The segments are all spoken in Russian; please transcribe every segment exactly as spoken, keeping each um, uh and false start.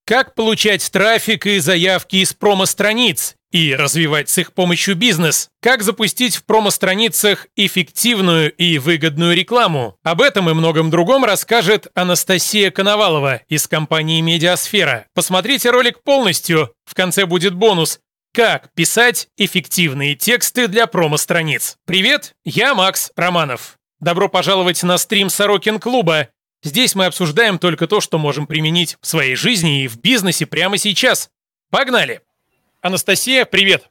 Как получать трафик и заявки из промо-страниц и развивать с их помощью бизнес? Как запустить в промо-страницах эффективную и выгодную рекламу? Об этом и многом другом расскажет Анастасия Коновалова из компании «Медиасфера». Посмотрите ролик полностью, в конце будет бонус. Как писать эффективные тексты для промо-страниц? Привет, я Макс Романов. Добро пожаловать на стрим Сорокин клуба. Здесь мы обсуждаем только то, что можем применить в своей жизни и в бизнесе прямо сейчас. Погнали! Анастасия, привет!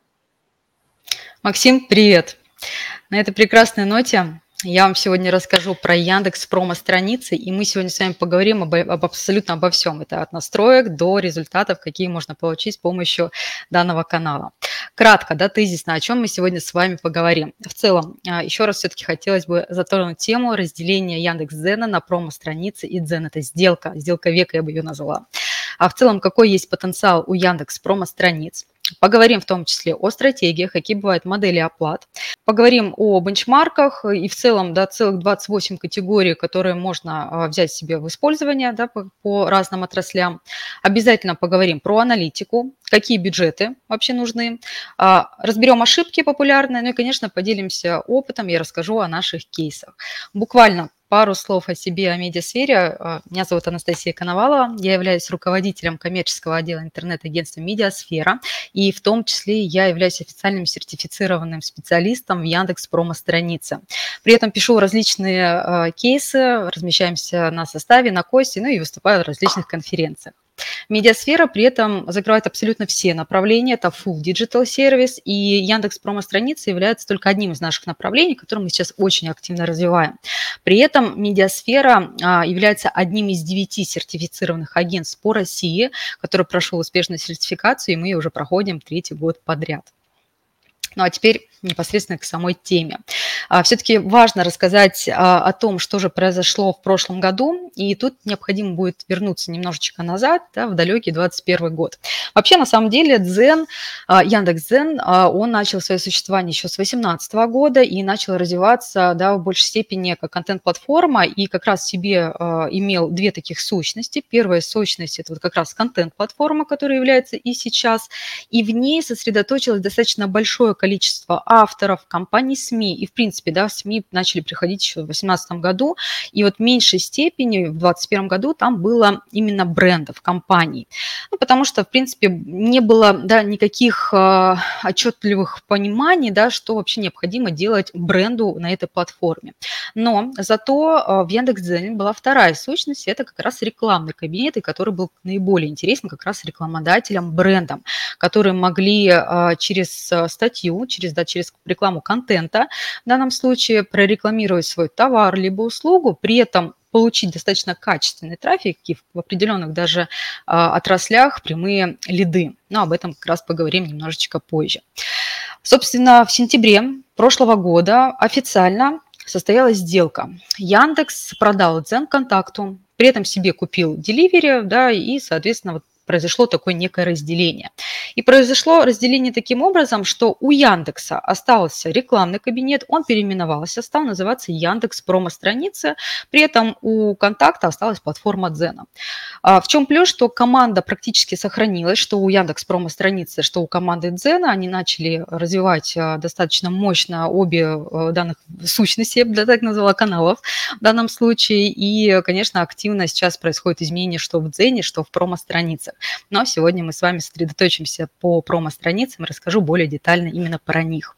Максим, привет! На этой прекрасной ноте я вам сегодня расскажу про Яндекс промо-страницы, и мы сегодня с вами поговорим об, об абсолютно обо всем. Это от настроек до результатов, какие можно получить с помощью данного канала. Кратко, да, тезисно, о чем мы сегодня с вами поговорим. В целом, еще раз все-таки хотелось бы затронуть тему разделения Яндекс.Дзена на промо-страницы и Дзен. Это сделка, сделка века я бы ее назвала. А в целом, какой есть потенциал у Яндекс промо-страниц? Поговорим в том числе о стратегиях, какие бывают модели оплат. Поговорим о бенчмарках и в целом, да, целых двадцать восемь категорий, которые можно взять себе в использование, да, по, по разным отраслям. Обязательно поговорим про аналитику, какие бюджеты вообще нужны. Разберем ошибки популярные, ну и, конечно, поделимся опытом, я расскажу о наших кейсах. Буквально пару слов о себе, о медиасфере. Меня зовут Анастасия Коновалова, я являюсь руководителем коммерческого отдела интернет-агентства «Медиасфера», и в том числе я являюсь официальным сертифицированным специалистом в Яндекс промо-странице. При этом пишу различные кейсы, размещаемся на составе, на кости, ну и выступаю в различных конференциях. Медиасфера при этом закрывает абсолютно все направления, это full digital сервис, и Яндекс промо-страница является только одним из наших направлений, которое мы сейчас очень активно развиваем. При этом Медиасфера а, является одним из девяти сертифицированных агентств по России, который прошел успешную сертификацию, и мы ее уже проходим третий год подряд. Ну а теперь непосредственно к самой теме. Все-таки важно рассказать о том, что же произошло в прошлом году, и тут необходимо будет вернуться немножечко назад, да, в далекий двадцать первый год. Вообще, на самом деле, Дзен, Яндекс.Дзен, он начал свое существование еще с две тысячи восемнадцатого года и начал развиваться, да, в большей степени как контент-платформа, и как раз в себе имел две таких сущности. Первая сущность – это вот как раз контент-платформа, которая является и сейчас, и в ней сосредоточилось достаточно большое количество авторов, компаний СМИ, и в принципе, да, СМИ начали приходить еще в две тысячи восемнадцатом году, и вот в меньшей степени в двадцать первом году там было именно брендов, компаний, ну, потому что, в принципе, не было, да, никаких э, отчетливых пониманий, да, что вообще необходимо делать бренду на этой платформе. Но зато э, в Яндекс.Дзене была вторая сущность, это как раз рекламный кабинет, и который был наиболее интересен как раз рекламодателям, брендам, которые могли э, через статью, через, да, через рекламу контента в данном случае прорекламировать свой товар либо услугу, при этом получить достаточно качественный трафик и в определенных даже а, отраслях прямые лиды. Но об этом как раз поговорим немножечко позже. Собственно, в сентябре прошлого года официально состоялась сделка. Яндекс продал Дзен Контакту, при этом себе купил Delivery, да, и, соответственно, вот произошло такое некое разделение. И произошло разделение таким образом, что у Яндекса остался рекламный кабинет, он переименовался, стал называться Яндекс промо-страница, при этом у Контакта осталась платформа Дзена. В чем плюс, что команда практически сохранилась, что у Яндекс промо-страницы, что у команды Дзена, они начали развивать достаточно мощно обе данных сущности, я бы так назвала, каналов в данном случае, и, конечно, активно сейчас происходит изменение что в Дзене, что в промо-страницах. Но сегодня мы с вами сосредоточимся по промо-страницам и расскажу более детально именно про них.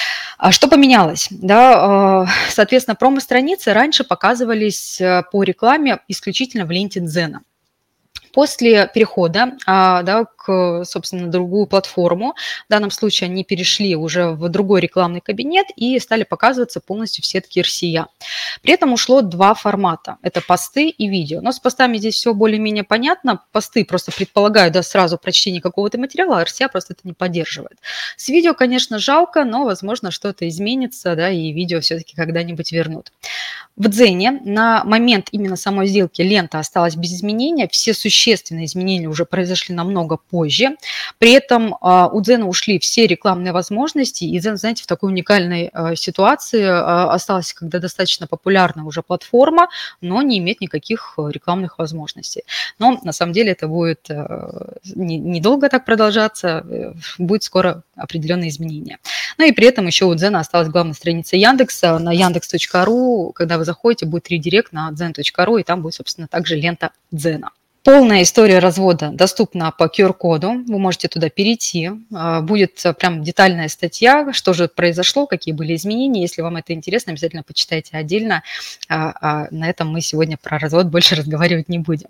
А что поменялось? Да, соответственно, промо-страницы раньше показывались по рекламе исключительно в ленте Дзена. После перехода, да, к, собственно, другую платформу, в данном случае они перешли уже в другой рекламный кабинет и стали показываться полностью в сетке эр си эй. При этом ушло два формата – это посты и видео. Но с постами здесь все более-менее понятно. Посты просто предполагают, да, сразу прочтение какого-то материала, а эр си эй просто это не поддерживает. С видео, конечно, жалко, но, возможно, что-то изменится, да, и видео все-таки когда-нибудь вернут. В Дзене на момент именно самой сделки лента осталась без изменения, все существенные существенные изменения уже произошли намного позже. При этом у Дзена ушли все рекламные возможности, и Дзен, знаете, в такой уникальной ситуации осталась, когда достаточно популярная уже платформа, но не имеет никаких рекламных возможностей. Но на самом деле это будет недолго так продолжаться, будет скоро определенные изменения. Ну и при этом еще у Дзена осталась главная страница Яндекса на яндекс точка ру. Когда вы заходите, будет редирект на дзен точка ру, и там будет, собственно, также лента Дзена. Полная история развода доступна по ку ар-коду, вы можете туда перейти, будет прям детальная статья, что же произошло, какие были изменения. Если вам это интересно, обязательно почитайте отдельно, а на этом мы сегодня про развод больше разговаривать не будем.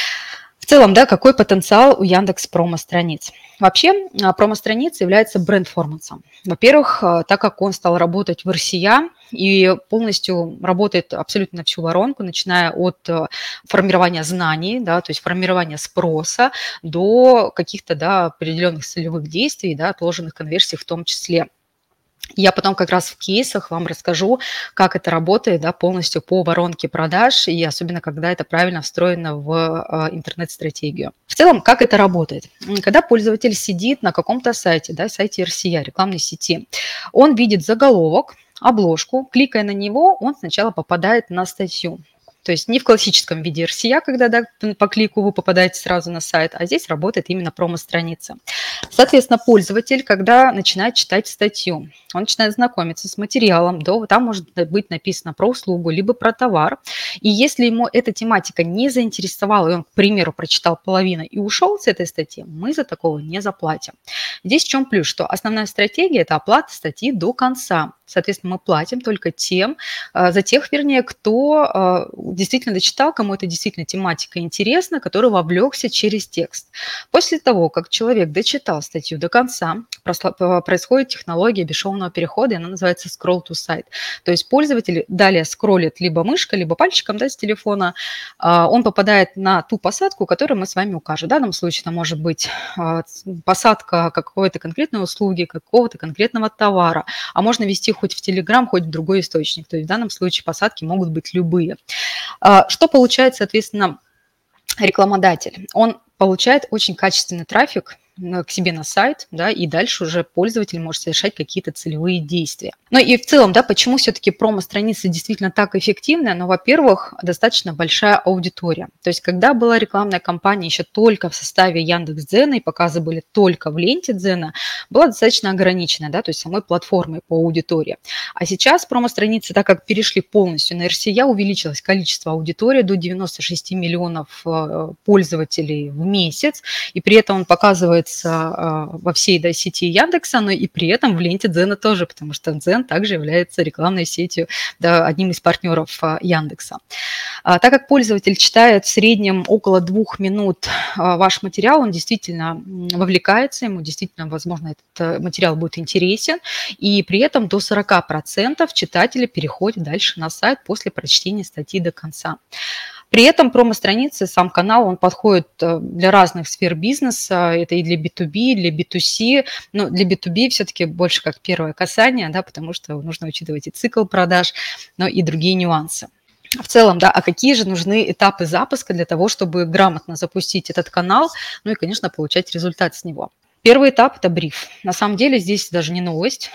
В целом, да, какой потенциал у Яндекс промо-страниц? Вообще, промо-страница является бренд-формансом. Во-первых, так как он стал работать в эр си эй и полностью работает абсолютно на всю воронку, начиная от формирования знаний, да, то есть формирования спроса до каких-то, да, определенных целевых действий, да, отложенных конверсий в том числе. Я потом как раз в кейсах вам расскажу, как это работает, да, полностью по воронке продаж, и особенно, когда это правильно встроено в интернет-стратегию. В целом, как это работает? Когда пользователь сидит на каком-то сайте, да, сайте эр си эй, рекламной сети, он видит заголовок, обложку, кликая на него, он сначала попадает на статью. То есть не в классическом виде эр си эй, когда, да, по клику вы попадаете сразу на сайт, а здесь работает именно промо-страница. Соответственно, пользователь, когда начинает читать статью, он начинает знакомиться с материалом, да, там может быть написано про услугу, либо про товар. И если ему эта тематика не заинтересовала, и он, к примеру, прочитал половину и ушел с этой статьи, мы за такого не заплатим. Здесь в чем плюс, что основная стратегия – это оплата статьи до конца. Соответственно, мы платим только тем, за тех, вернее, кто действительно дочитал, кому это действительно тематика интересна, который вовлекся через текст. После того, как человек дочитал статью до конца, происходит технология бесшовного перехода, и она называется scroll to site. То есть пользователь далее скроллит либо мышкой, либо пальчиком, да, с телефона, он попадает на ту посадку, которую мы с вами укажем. В данном случае это может быть посадка какой-то конкретной услуги, какого-то конкретного товара, а можно вести хоть в Telegram, хоть в другой источник. То есть в данном случае посадки могут быть любые. Что получает, соответственно, рекламодатель? Он получает очень качественный трафик к себе на сайт, да, и дальше уже пользователь может совершать какие-то целевые действия. Ну и в целом, да, почему все-таки промо-страница действительно так эффективная? Ну, во-первых, достаточно большая аудитория. То есть, когда была рекламная кампания еще только в составе Яндекс.Дзена и показы были только в ленте Дзена, была достаточно ограничена, да, то есть самой платформой по аудитории. А сейчас промо-страницы, так как перешли полностью на эр си эй, увеличилось количество аудитории до девяноста шести миллионов пользователей в месяц, и при этом он показывает во всей, да, сети Яндекса, но и при этом в ленте Дзена тоже, потому что Дзен также является рекламной сетью, да, одним из партнеров Яндекса. А, так как пользователь читает в среднем около двух минут ваш материал, он действительно вовлекается, ему действительно, возможно, этот материал будет интересен, и при этом до сорока процентов читателя переходит дальше на сайт после прочтения статьи до конца. При этом промо-страницы, сам канал, он подходит для разных сфер бизнеса. Это и для би ту би, и для би ту си. Но для би ту би все-таки больше как первое касание, да, потому что нужно учитывать и цикл продаж, но и другие нюансы. В целом, да, а какие же нужны этапы запуска для того, чтобы грамотно запустить этот канал, ну и, конечно, получать результат с него? Первый этап – это бриф. На самом деле здесь даже не новость.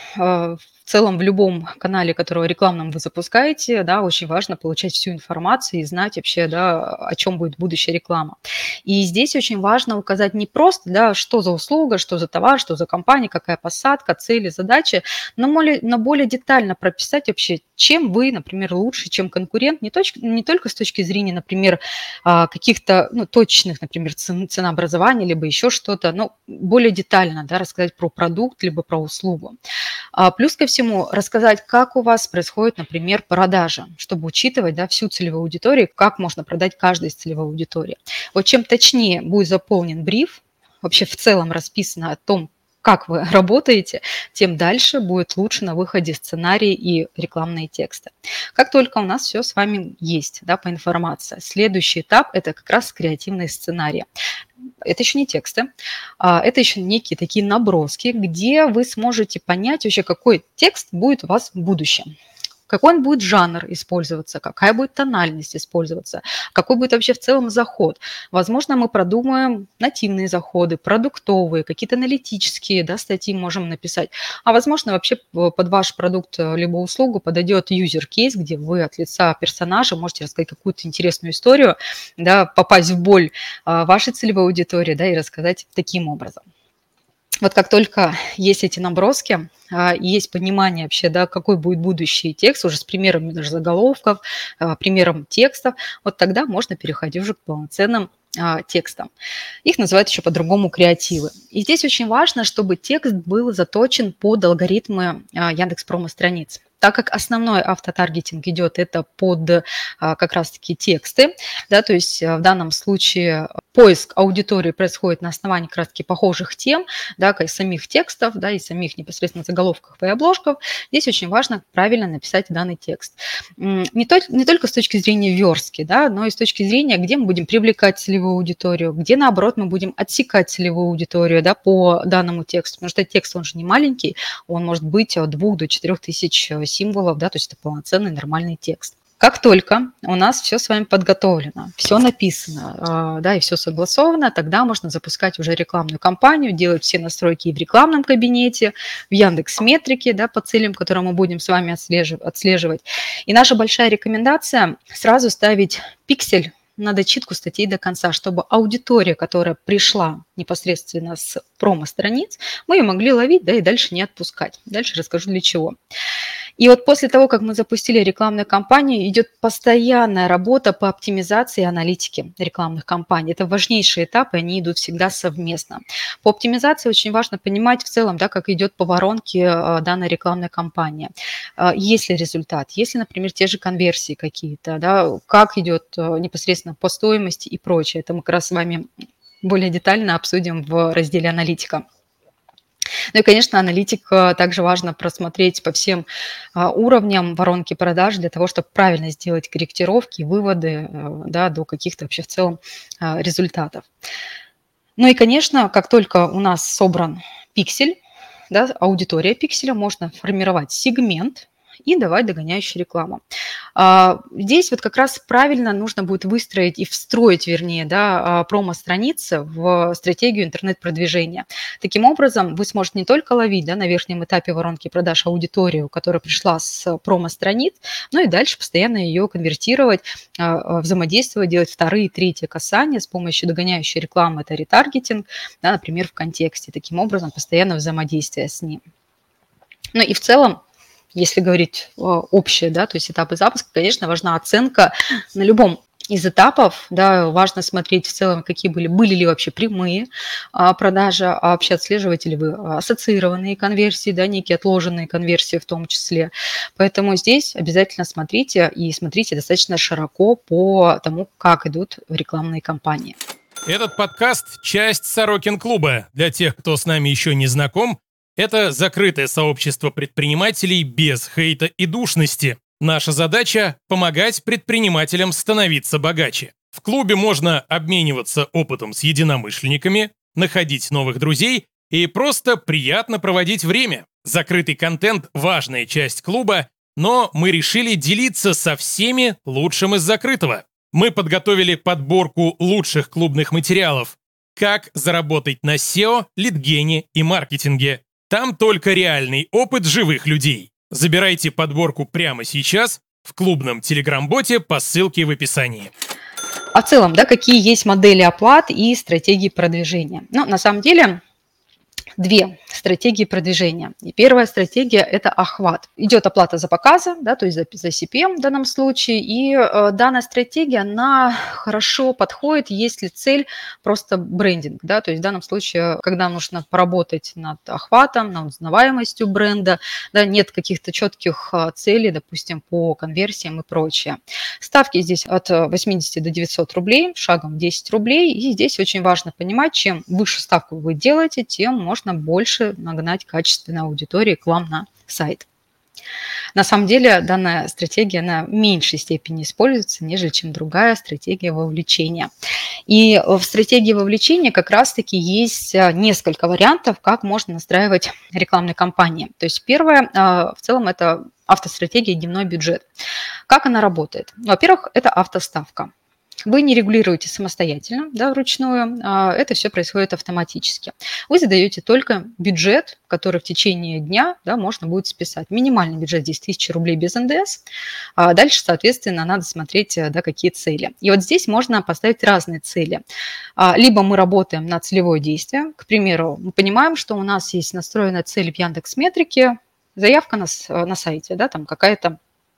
В целом в любом канале, которого рекламном вы запускаете, да, очень важно получать всю информацию и знать вообще, да, о чем будет будущая реклама. И здесь очень важно указать не просто, да, что за услуга, что за товар, что за компания, какая посадка, цели, задачи, но более, но более детально прописать вообще, чем вы, например, лучше, чем конкурент, не, точ, не только с точки зрения, например, каких-то, ну, точных, например, цен, ценообразования, либо еще что-то, но более детально, да, рассказать про продукт, либо про услугу. Плюс ко всему рассказать, как у вас происходит, например, продажа, чтобы учитывать, да, всю целевую аудиторию, как можно продать каждой из целевой аудитории. Вот чем точнее будет заполнен бриф, вообще в целом расписано о том, как вы работаете, тем дальше будет лучше на выходе сценарии и рекламные тексты. Как только у нас все с вами есть, да, по информации, следующий этап – это как раз креативные сценарии. Это еще не тексты, это еще некие такие наброски, где вы сможете понять вообще, какой текст будет у вас в будущем. какой он будет жанр использоваться, какая будет тональность использоваться, какой будет вообще в целом заход. Возможно, мы продумаем нативные заходы, продуктовые, какие-то аналитические, да, статьи можем написать. А возможно, вообще под ваш продукт либо услугу подойдет юзер-кейс, где вы от лица персонажа можете рассказать какую-то интересную историю, да, попасть в боль вашей целевой аудитории, да, и рассказать таким образом. Вот как только есть эти наброски, есть понимание вообще, да, какой будет будущий текст, уже с примерами даже заголовков, примером текстов, вот тогда можно переходить уже к полноценным текстам. Их называют еще по-другому креативы. И здесь очень важно, чтобы текст был заточен под алгоритмы Яндекс.Промо-страниц. Так как основной автотаргетинг идет это под как раз-таки тексты, да, то есть в данном случае поиск аудитории происходит на основании как раз-таки похожих тем, да, как самих текстов, да, и самих непосредственно заголовков и обложков. Здесь очень важно правильно написать данный текст. Не, то, не только с точки зрения верстки, да, но и с точки зрения, где мы будем привлекать целевую аудиторию, где, наоборот, мы будем отсекать целевую аудиторию, да, по данному тексту. Потому что текст, он же не маленький, он может быть от двух до четырех тысяч символов, да, то есть это полноценный нормальный текст. Как только у нас все с вами подготовлено, все написано, да, и все согласовано, тогда можно запускать уже рекламную кампанию, делать все настройки и в рекламном кабинете, в Яндекс.Метрике, да, по целям, которые мы будем с вами отслеживать. И наша большая рекомендация – сразу ставить пиксель на дочитку статей до конца, чтобы аудитория, которая пришла непосредственно с промо-страниц, мы ее могли ловить, да, и дальше не отпускать. Дальше расскажу для чего. И вот после того, как мы запустили рекламную кампанию, идет постоянная работа по оптимизации и аналитике рекламных кампаний. Это важнейшие этапы, они идут всегда совместно. По оптимизации очень важно понимать в целом, да, как идет по воронке данная рекламная кампания. Есть ли результат, есть ли, например, те же конверсии какие-то, да, как идет непосредственно по стоимости и прочее. Это мы как раз с вами более детально обсудим в разделе «Аналитика». Ну и, конечно, аналитик также важно просмотреть по всем уровням воронки продаж для того, чтобы правильно сделать корректировки, выводы, да, до каких-то вообще в целом результатов. Ну и, конечно, как только у нас собран пиксель, да, аудитория пикселя, можно формировать сегмент и давать догоняющую рекламу. Здесь вот как раз правильно нужно будет выстроить и встроить, вернее, да, промо-страницы в стратегию интернет-продвижения. Таким образом, вы сможете не только ловить, да, на верхнем этапе воронки продаж аудиторию, которая пришла с промо-страниц, но и дальше постоянно ее конвертировать, взаимодействовать, делать вторые, третьи касания с помощью догоняющей рекламы, это ретаргетинг, да, например, в контексте. Таким образом, постоянно взаимодействие с ним. Ну и в целом, если говорить общее, да, то есть этапы запуска, конечно, важна оценка на любом из этапов, да, важно смотреть в целом, какие были, были ли вообще прямые а, продажи, а вообще отслеживаете ли вы ассоциированные конверсии, да, некие отложенные конверсии в том числе. Поэтому здесь обязательно смотрите и смотрите достаточно широко по тому, как идут рекламные кампании. Этот подкаст – часть Сорокин-клуба. Для тех, кто с нами еще не знаком, это закрытое сообщество предпринимателей без хейта и душности. Наша задача – помогать предпринимателям становиться богаче. В клубе можно обмениваться опытом с единомышленниками, находить новых друзей и просто приятно проводить время. Закрытый контент – важная часть клуба, но мы решили делиться со всеми лучшим из закрытого. Мы подготовили подборку лучших клубных материалов. Как заработать на сео, лидгене и маркетинге. Там только реальный опыт живых людей. Забирайте подборку прямо сейчас в клубном телеграм-боте по ссылке в описании. А в целом, да, какие есть модели оплат и стратегии продвижения? Ну, на самом деле, две стратегии продвижения. И первая стратегия – это охват. Идет оплата за показы, да, то есть за, за си пи эм в данном случае. И э, данная стратегия, она хорошо подходит, если цель просто брендинг. Да, то есть в данном случае, когда нужно поработать над охватом, над узнаваемостью бренда, да, нет каких-то четких целей, допустим, по конверсиям и прочее. Ставки здесь от восьмидесяти до девятисот рублей, шагом десять рублей. И здесь очень важно понимать, чем выше ставку вы делаете, тем можно больше нагнать качественной аудитории к вам на сайт. На самом деле данная стратегия она в меньшей степени используется, нежели чем другая стратегия вовлечения. И в стратегии вовлечения как раз-таки есть несколько вариантов, как можно настраивать рекламные кампании. То есть первое, в целом, это автостратегия «Дневной бюджет». Как она работает? Во-первых, это автоставка. Вы не регулируете самостоятельно, да, вручную, это все происходит автоматически. Вы задаете только бюджет, который в течение дня, да, можно будет списать. Минимальный бюджет здесь тысяча рублей без эн дэ эс. А дальше, соответственно, надо смотреть, да, какие цели. И вот здесь можно поставить разные цели. Либо мы работаем на целевое действие. К примеру, мы понимаем, что у нас есть настроенная цель в Яндекс.Метрике, заявка на, на сайте, да, там какая-то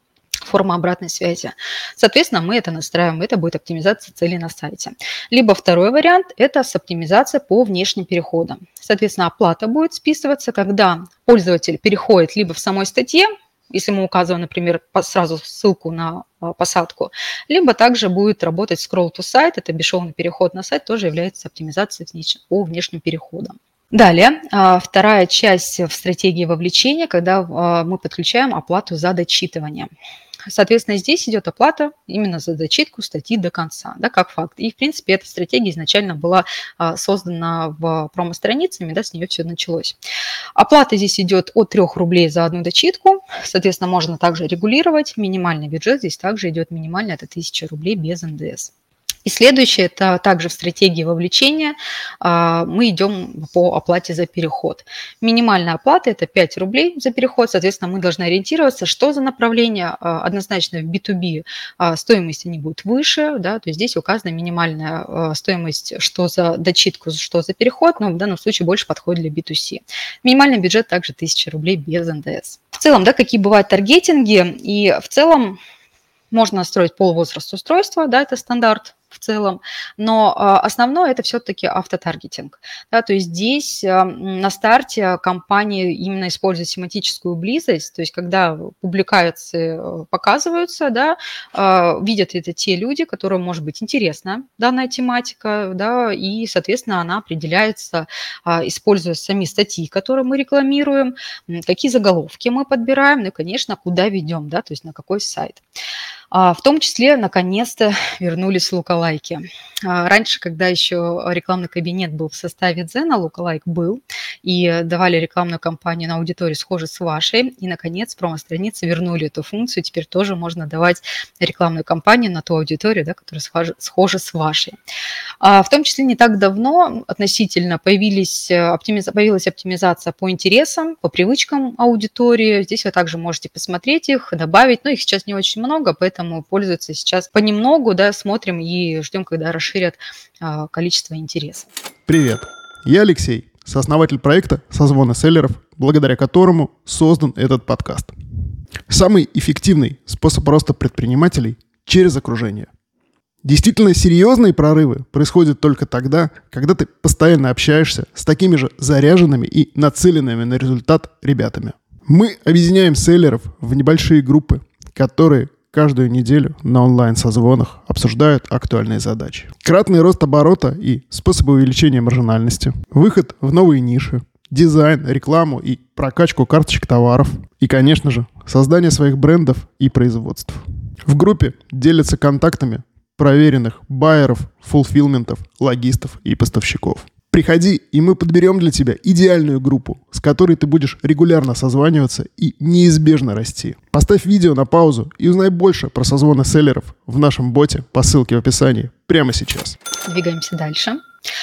форма обратной связи. Соответственно, мы это настраиваем, это будет оптимизация целей на сайте. Либо второй вариант – это с оптимизацией по внешним переходам. Соответственно, оплата будет списываться, когда пользователь переходит либо в самой статье, если мы указываем, например, сразу ссылку на посадку, либо также будет работать scroll to site, это бесшовный переход на сайт, тоже является оптимизацией по внешним переходам. Далее, вторая часть в стратегии вовлечения, когда мы подключаем оплату за дочитывание. Соответственно, здесь идет оплата именно за дочитку статьи до конца, да, как факт. И, в принципе, эта стратегия изначально была создана в промо-страницами, да, с нее все началось. Оплата здесь идет от трёх рублей за одну дочитку. Соответственно, можно также регулировать. Минимальный бюджет здесь также идет минимальный, это тысяча рублей без эн дэ эс. И следующее, это также в стратегии вовлечения, мы идем по оплате за переход. Минимальная оплата – это пять рублей за переход, соответственно, мы должны ориентироваться, что за направление. Однозначно в би ту би стоимость они будут выше, да, то есть здесь указана минимальная стоимость, что за дочитку, что за переход, но в данном случае больше подходит для би ту си. Минимальный бюджет также тысяча рублей без эн дэ эс. В целом, да, какие бывают таргетинги, и в целом можно настроить полвозраст устройства, да, это стандарт в целом, но основное это все-таки автотаргетинг. Да, то есть здесь на старте компании именно используют семантическую близость, то есть когда публикации показываются, да, видят это те люди, которым может быть интересна данная тематика, да, и, соответственно, она определяется, используя сами статьи, которые мы рекламируем, какие заголовки мы подбираем, ну и, конечно, куда ведем, да, то есть на какой сайт. В том числе, наконец-то, вернулись лукалайки. Раньше, когда еще рекламный кабинет был в составе Дзена, лукалайк был, и давали рекламную кампанию на аудиторию схожей с вашей, и, наконец, промо-страницы вернули эту функцию, теперь тоже можно давать рекламную кампанию на ту аудиторию, да, которая схожа, схожа с вашей. В том числе не так давно относительно появились, оптимиз... появилась оптимизация по интересам, по привычкам аудитории. Здесь вы также можете посмотреть их, добавить, но их сейчас не очень много, поэтому пользуются сейчас понемногу, да, смотрим и ждем, когда расширят а, количество интересов. Привет, я Алексей, сооснователь проекта «Созвоны селлеров», благодаря которому создан этот подкаст. Самый эффективный способ роста предпринимателей через окружение. Действительно серьезные прорывы происходят только тогда, когда ты постоянно общаешься с такими же заряженными и нацеленными на результат ребятами. Мы объединяем селлеров в небольшие группы, которые каждую неделю на онлайн-созвонах обсуждают актуальные задачи. Кратный рост оборота и способы увеличения маржинальности, выход в новые ниши, дизайн, рекламу и прокачку карточек товаров. И, конечно же, создание своих брендов и производств. В группе делятся контактами проверенных байеров, фулфилментов, логистов и поставщиков. Приходи, и мы подберем для тебя идеальную группу, с которой ты будешь регулярно созваниваться и неизбежно расти. Поставь видео на паузу и узнай больше про созвоны селлеров в нашем боте по ссылке в описании прямо сейчас. Двигаемся дальше.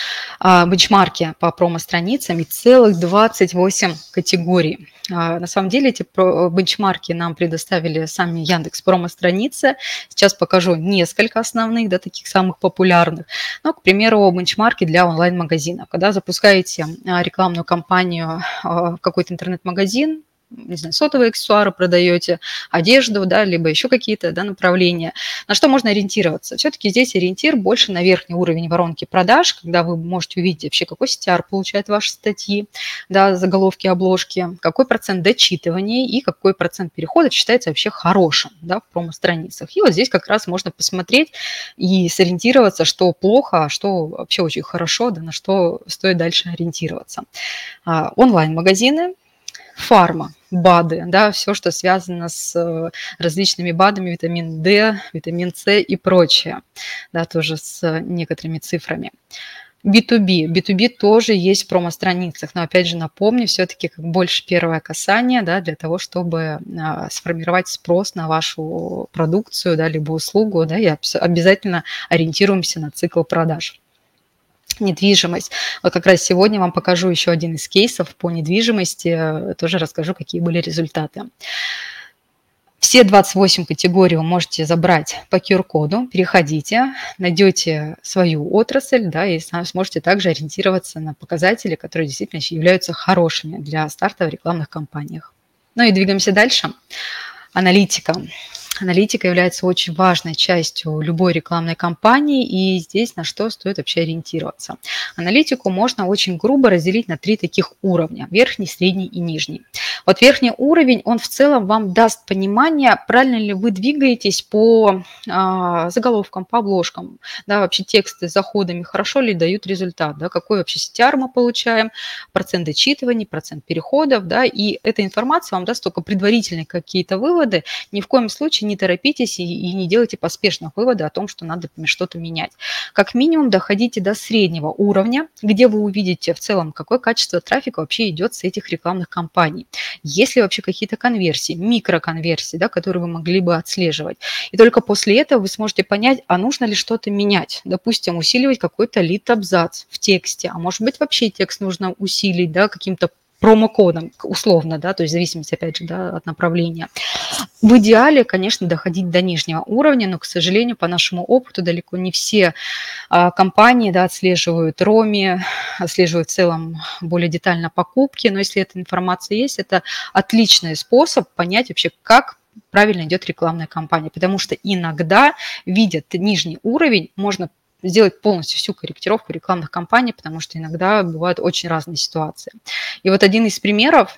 Бенчмарки по промо-страницам и целых двадцать восемь категорий. На самом деле эти бенчмарки нам предоставили сами Яндекс промо-страницы. Сейчас покажу несколько основных, да, таких самых популярных. Ну, к примеру, бенчмарки для онлайн-магазинов. Когда запускаете рекламную кампанию в какой-то интернет-магазин, не знаю, сотовые аксессуары продаете, одежду, да, либо еще какие-то, да, направления. На что можно ориентироваться? Все-таки здесь ориентир больше на верхний уровень воронки продаж, когда вы можете увидеть вообще, какой си ти ар получает ваши статьи, да, заголовки, обложки, какой процент дочитывания и какой процент переходов считается вообще хорошим, да, в промо-страницах. И вот здесь как раз можно посмотреть и сориентироваться, что плохо, а что вообще очень хорошо, да, на что стоит дальше ориентироваться. А, онлайн-магазины, фарма, БАДы, да, все, что связано с различными БАДами, витамин D, витамин С и прочее, да, тоже с некоторыми цифрами. би ту би. би ту би тоже есть в промо-страницах, но опять же напомню, все-таки как больше первое касание, да, для того, чтобы а, сформировать спрос на вашу продукцию, да, либо услугу, да, и абс- обязательно ориентируемся на цикл продаж. Недвижимость. Вот как раз сегодня вам покажу еще один из кейсов по недвижимости, тоже расскажу, какие были результаты. Все двадцать восемь категорий вы можете забрать по ку ар-коду, переходите, найдете свою отрасль, да, и сможете также ориентироваться на показатели, которые действительно являются хорошими для старта в рекламных кампаниях. Ну и двигаемся дальше. Аналитика. Аналитика является очень важной частью любой рекламной кампании, и здесь на что стоит вообще ориентироваться. Аналитику можно очень грубо разделить на три таких уровня – верхний, средний и нижний. Вот верхний уровень, он в целом вам даст понимание, правильно ли вы двигаетесь по а, заголовкам, по обложкам, да, вообще тексты с заходами хорошо ли дают результат, да, какой вообще си ти ар мы получаем, процент дочитываний, процент переходов, да, и эта информация вам даст только предварительные какие-то выводы. Ни в коем случае не торопитесь и, и не делайте поспешных выводов о том, что надо что-то менять. Как минимум доходите до среднего уровня, где вы увидите в целом, какое качество трафика вообще идет с этих рекламных кампаний. Есть ли вообще какие-то конверсии, микроконверсии, да, которые вы могли бы отслеживать. И только после этого вы сможете понять, а нужно ли что-то менять. Допустим, усиливать какой-то лид-абзац в тексте, а может быть вообще текст нужно усилить, да, каким-то промокодом, условно, да, то есть в зависимости, опять же, да, от направления. В идеале, конечно, доходить до нижнего уровня, но, к сожалению, по нашему опыту далеко не все а, компании, да, отслеживают роми, отслеживают в целом более детально покупки, но если эта информация есть, это отличный способ понять вообще, как правильно идет рекламная кампания, потому что иногда, видя нижний уровень, можно сделать полностью всю корректировку рекламных кампаний, потому что иногда бывают очень разные ситуации. И вот один из примеров,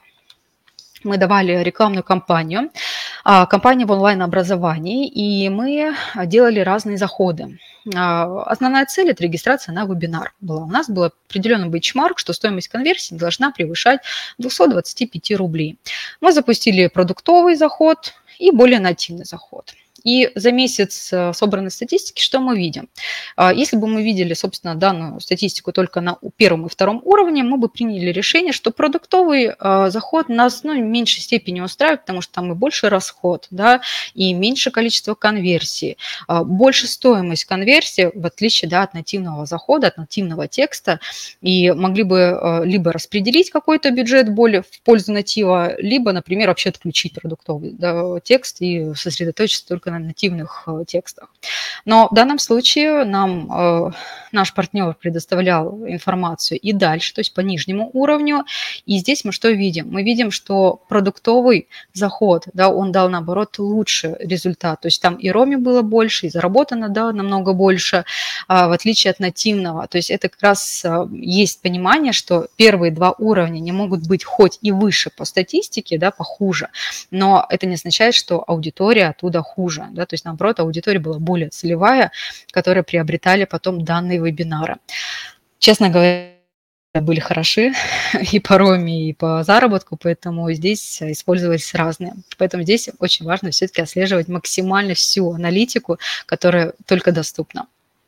мы давали рекламную кампанию, кампания в онлайн-образовании, и мы делали разные заходы. Основная цель – это регистрация на вебинар была. У нас был определенный бенчмарк, что стоимость конверсии должна превышать двести двадцать пять рублей. Мы запустили продуктовый заход и более нативный заход. И за месяц собранной статистики что мы видим? Если бы мы видели, собственно, данную статистику только на первом и втором уровне, мы бы приняли решение, что продуктовый заход нас, ну, в меньшей степени устраивает, потому что там и больше расход, да, и меньше количество конверсий, больше стоимость конверсии, в отличие, да, от нативного захода, от нативного текста, и могли бы либо распределить какой-то бюджет более в пользу натива, либо, например, вообще отключить продуктовый, да, текст и сосредоточиться только на нативных э, текстах. Но в данном случае нам э, наш партнер предоставлял информацию и дальше, то есть по нижнему уровню. И здесь мы что видим? Мы видим, что продуктовый заход, да, он дал, наоборот, лучший результат. То есть там и роми было больше, и заработано, да, намного больше, а, в отличие от нативного. То есть это как раз а, есть понимание, что первые два уровня не могут быть хоть и выше по статистике, да, похуже, но это не означает, что аудитория оттуда хуже. Да, то есть, наоборот, аудитория была более целевая, которая приобретали потом данные вебинары. Честно говоря, были хороши и по роме, и по заработку, поэтому здесь использовались разные. Поэтому здесь очень важно все-таки отслеживать максимально всю аналитику, которая только доступна.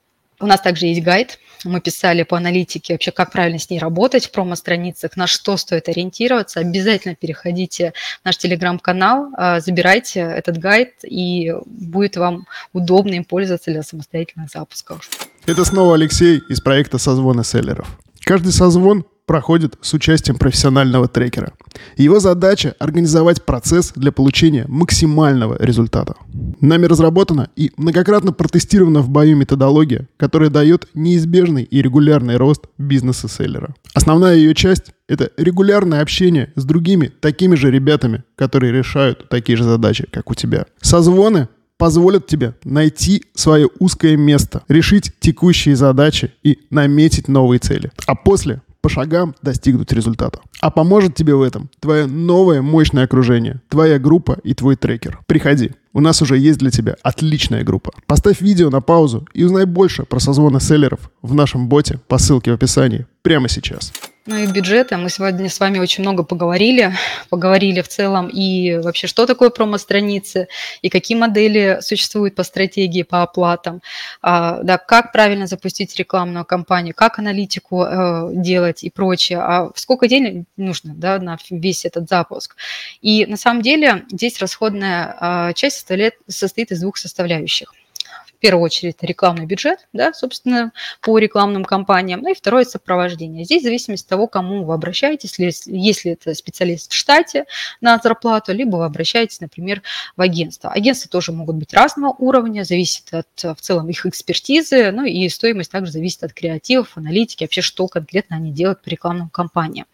У нас также есть гайд. Мы писали по аналитике вообще, как правильно с ней работать в промо-страницах, на что стоит ориентироваться. Обязательно переходите в наш телеграм-канал, забирайте этот гайд, и будет вам удобно им пользоваться для самостоятельных запусков. Это снова Алексей из проекта «Созвоны селлеров». Каждый созвон проходит с участием профессионального трекера. Его задача – организовать процесс для получения максимального результата. Нами разработана и многократно протестирована в бою методология, которая дает неизбежный и регулярный рост бизнеса селлера. Основная ее часть – это регулярное общение с другими такими же ребятами, которые решают такие же задачи, как у тебя. Созвоны позволят тебе найти свое узкое место, решить текущие задачи и наметить новые цели. А после по шагам достигнуть результата. А поможет тебе в этом твое новое мощное окружение, твоя группа и твой трекер. Приходи, у нас уже есть для тебя отличная группа. Поставь видео на паузу и узнай больше про созвоны селлеров в нашем боте по ссылке в описании прямо сейчас. Ну и бюджеты. Мы сегодня с вами очень много поговорили. Поговорили в целом и вообще, что такое промо-страницы, и какие модели существуют по стратегии, по оплатам, а, да, как правильно запустить рекламную кампанию, как аналитику э, делать и прочее, а сколько денег нужно, да, на весь этот запуск. И на самом деле здесь расходная э, часть составляет, состоит из двух составляющих. В первую очередь рекламный бюджет, да, собственно, по рекламным кампаниям, ну и второе – сопровождение. Здесь в зависимости от того, кому вы обращаетесь, если, если это специалист в штате на зарплату, либо вы обращаетесь, например, в агентство. Агентства тоже могут быть разного уровня, зависит от в целом их экспертизы, ну и стоимость также зависит от креативов, аналитики, вообще что конкретно они делают по рекламным кампаниям.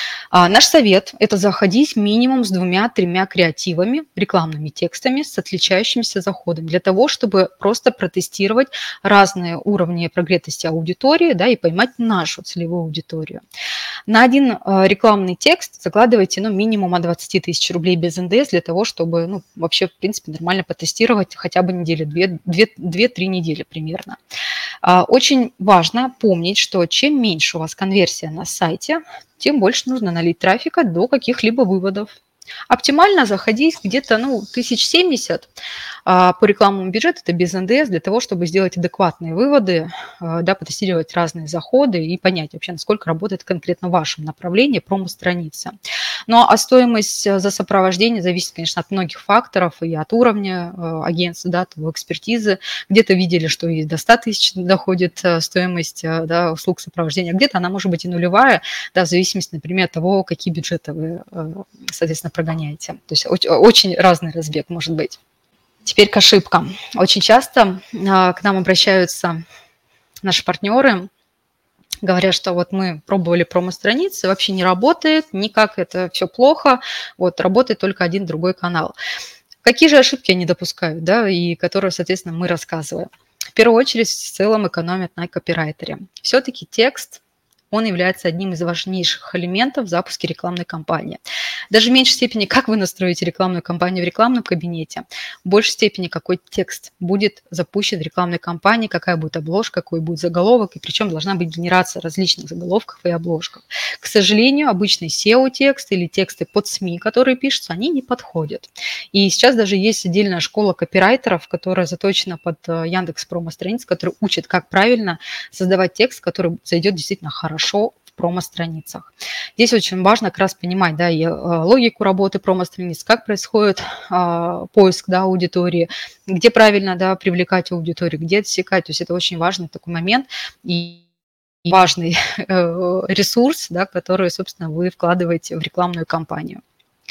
А наш совет – это заходить минимум с двумя-тремя креативами, рекламными текстами с отличающимся заходом для того, чтобы просто протестировать разные уровни прогретости аудитории, да, и поймать нашу целевую аудиторию. На один э, рекламный текст закладывайте ну, минимум от двадцати тысяч рублей без эн дэ эс для того, чтобы ну, вообще, в принципе, нормально потестировать хотя бы недели, две-три недели примерно. А, очень важно помнить, что чем меньше у вас конверсия на сайте, тем больше нужно налить трафика до каких-либо выводов. Оптимально заходить где-то ну, тысяч семьдесят а, по рекламному бюджету, это без эн дэ эс, для того, чтобы сделать адекватные выводы, а, да, потестировать разные заходы и понять вообще, насколько работает конкретно в вашем направлении промо-страница. Ну а стоимость за сопровождение зависит, конечно, от многих факторов и от уровня а, агентства, да, от его экспертизы. Где-то видели, что и до ста тысяч доходит а, стоимость а, да, услуг сопровождения, где-то она может быть и нулевая, да, в зависимости, например, от того, какие бюджеты вы, а, соответственно, прогоняете. То есть очень разный разбег может быть. Теперь к ошибкам. Очень часто к нам обращаются наши партнеры, говорят, что вот мы пробовали промо-страницы, вообще не работает, никак это все плохо, вот работает только один другой канал. Какие же ошибки они допускают, да, и которые, соответственно, мы рассказываем? В первую очередь, в целом экономят на копирайтере. Все-таки текст, он является одним из важнейших элементов в запуске рекламной кампании. Даже в меньшей степени, как вы настроите рекламную кампанию в рекламном кабинете, в большей степени, какой текст будет запущен в рекламной кампании, какая будет обложка, какой будет заголовок, и причем должна быть генерация различных заголовков и обложков. К сожалению, обычный сео-текст или тексты под СМИ, которые пишутся, они не подходят. И сейчас даже есть отдельная школа копирайтеров, которая заточена под Яндекс промо-страниц, которая учит, как правильно создавать текст, который зайдет действительно хорошо в промо-страницах. Здесь очень важно как раз понимать, да, и логику работы промо-страниц, как происходит а, поиск, да, аудитории, где правильно, да, привлекать аудиторию, где отсекать. То есть это очень важный такой момент и важный э, ресурс, да, который, собственно, вы вкладываете в рекламную кампанию.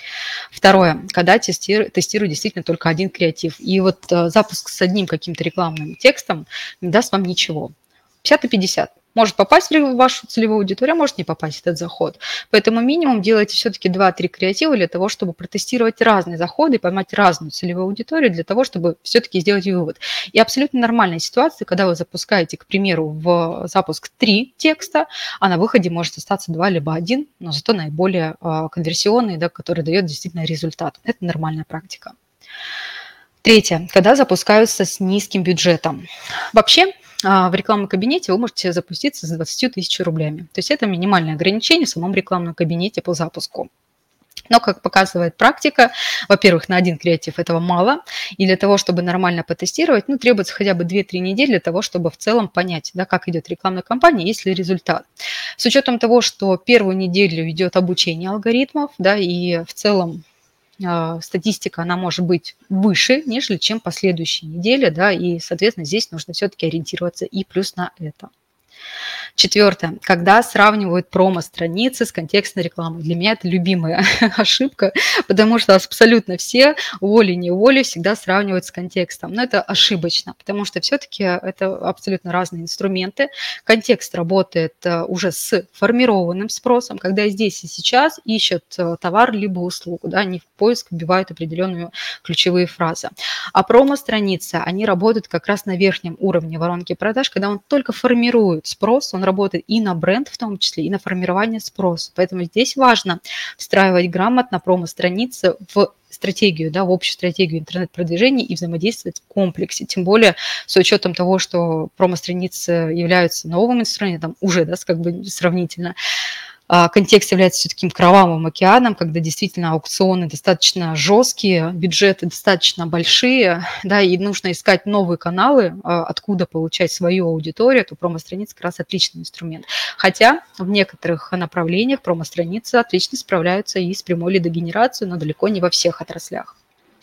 Второе, когда тестирую, тестирую действительно только один креатив. И вот э, запуск с одним каким-то рекламным текстом не даст вам ничего. пятьдесят на пятьдесят. Может попасть в вашу целевую аудиторию, а может не попасть в этот заход. Поэтому минимум делайте все-таки два-три креатива для того, чтобы протестировать разные заходы, поймать разную целевую аудиторию, для того, чтобы все-таки сделать вывод. И абсолютно нормальная ситуация, когда вы запускаете, к примеру, в запуск три текста, а на выходе может остаться два либо один, но зато наиболее конверсионный, да, который дает действительно результат. Это нормальная практика. Третье. Когда запускаются с низким бюджетом. Вообще, в рекламном кабинете вы можете запуститься с двадцатью тысячами рублями. То есть это минимальное ограничение в самом рекламном кабинете по запуску. Но, как показывает практика, во-первых, на один креатив этого мало. И для того, чтобы нормально потестировать, ну, требуется хотя бы две-три недели для того, чтобы в целом понять, да, как идет рекламная кампания, есть ли результат. С учетом того, что первую неделю идет обучение алгоритмов, да, и в целом статистика, она может быть выше, нежели чем последующие недели, да, и, соответственно, здесь нужно все-таки ориентироваться и плюс на это. Четвертое. Когда сравнивают промо-страницы с контекстной рекламой. Для меня это любимая ошибка, потому что абсолютно все, волей-неволей, всегда сравнивают с контекстом. Но это ошибочно, потому что все-таки это абсолютно разные инструменты. Контекст работает уже с формированным спросом, когда здесь и сейчас ищут товар либо услугу, да, они в поиск вбивают определенные ключевые фразы. А промо-страницы, они работают как раз на верхнем уровне воронки продаж, когда он только формирует спрос, он работает и на бренд в том числе, и на формирование спроса. Поэтому здесь важно встраивать грамотно промо-страницы в стратегию, да, в общую стратегию интернет-продвижения и взаимодействовать в комплексе. Тем более с учетом того, что промо-страницы являются новым инструментом, уже, да, как бы сравнительно, контекст является все-таки кровавым океаном, когда действительно аукционы достаточно жесткие, бюджеты достаточно большие, да, и нужно искать новые каналы, откуда получать свою аудиторию, то промо-страница как раз отличный инструмент. Хотя в некоторых направлениях промо-страницы отлично справляются и с прямой лидогенерацией, но далеко не во всех отраслях.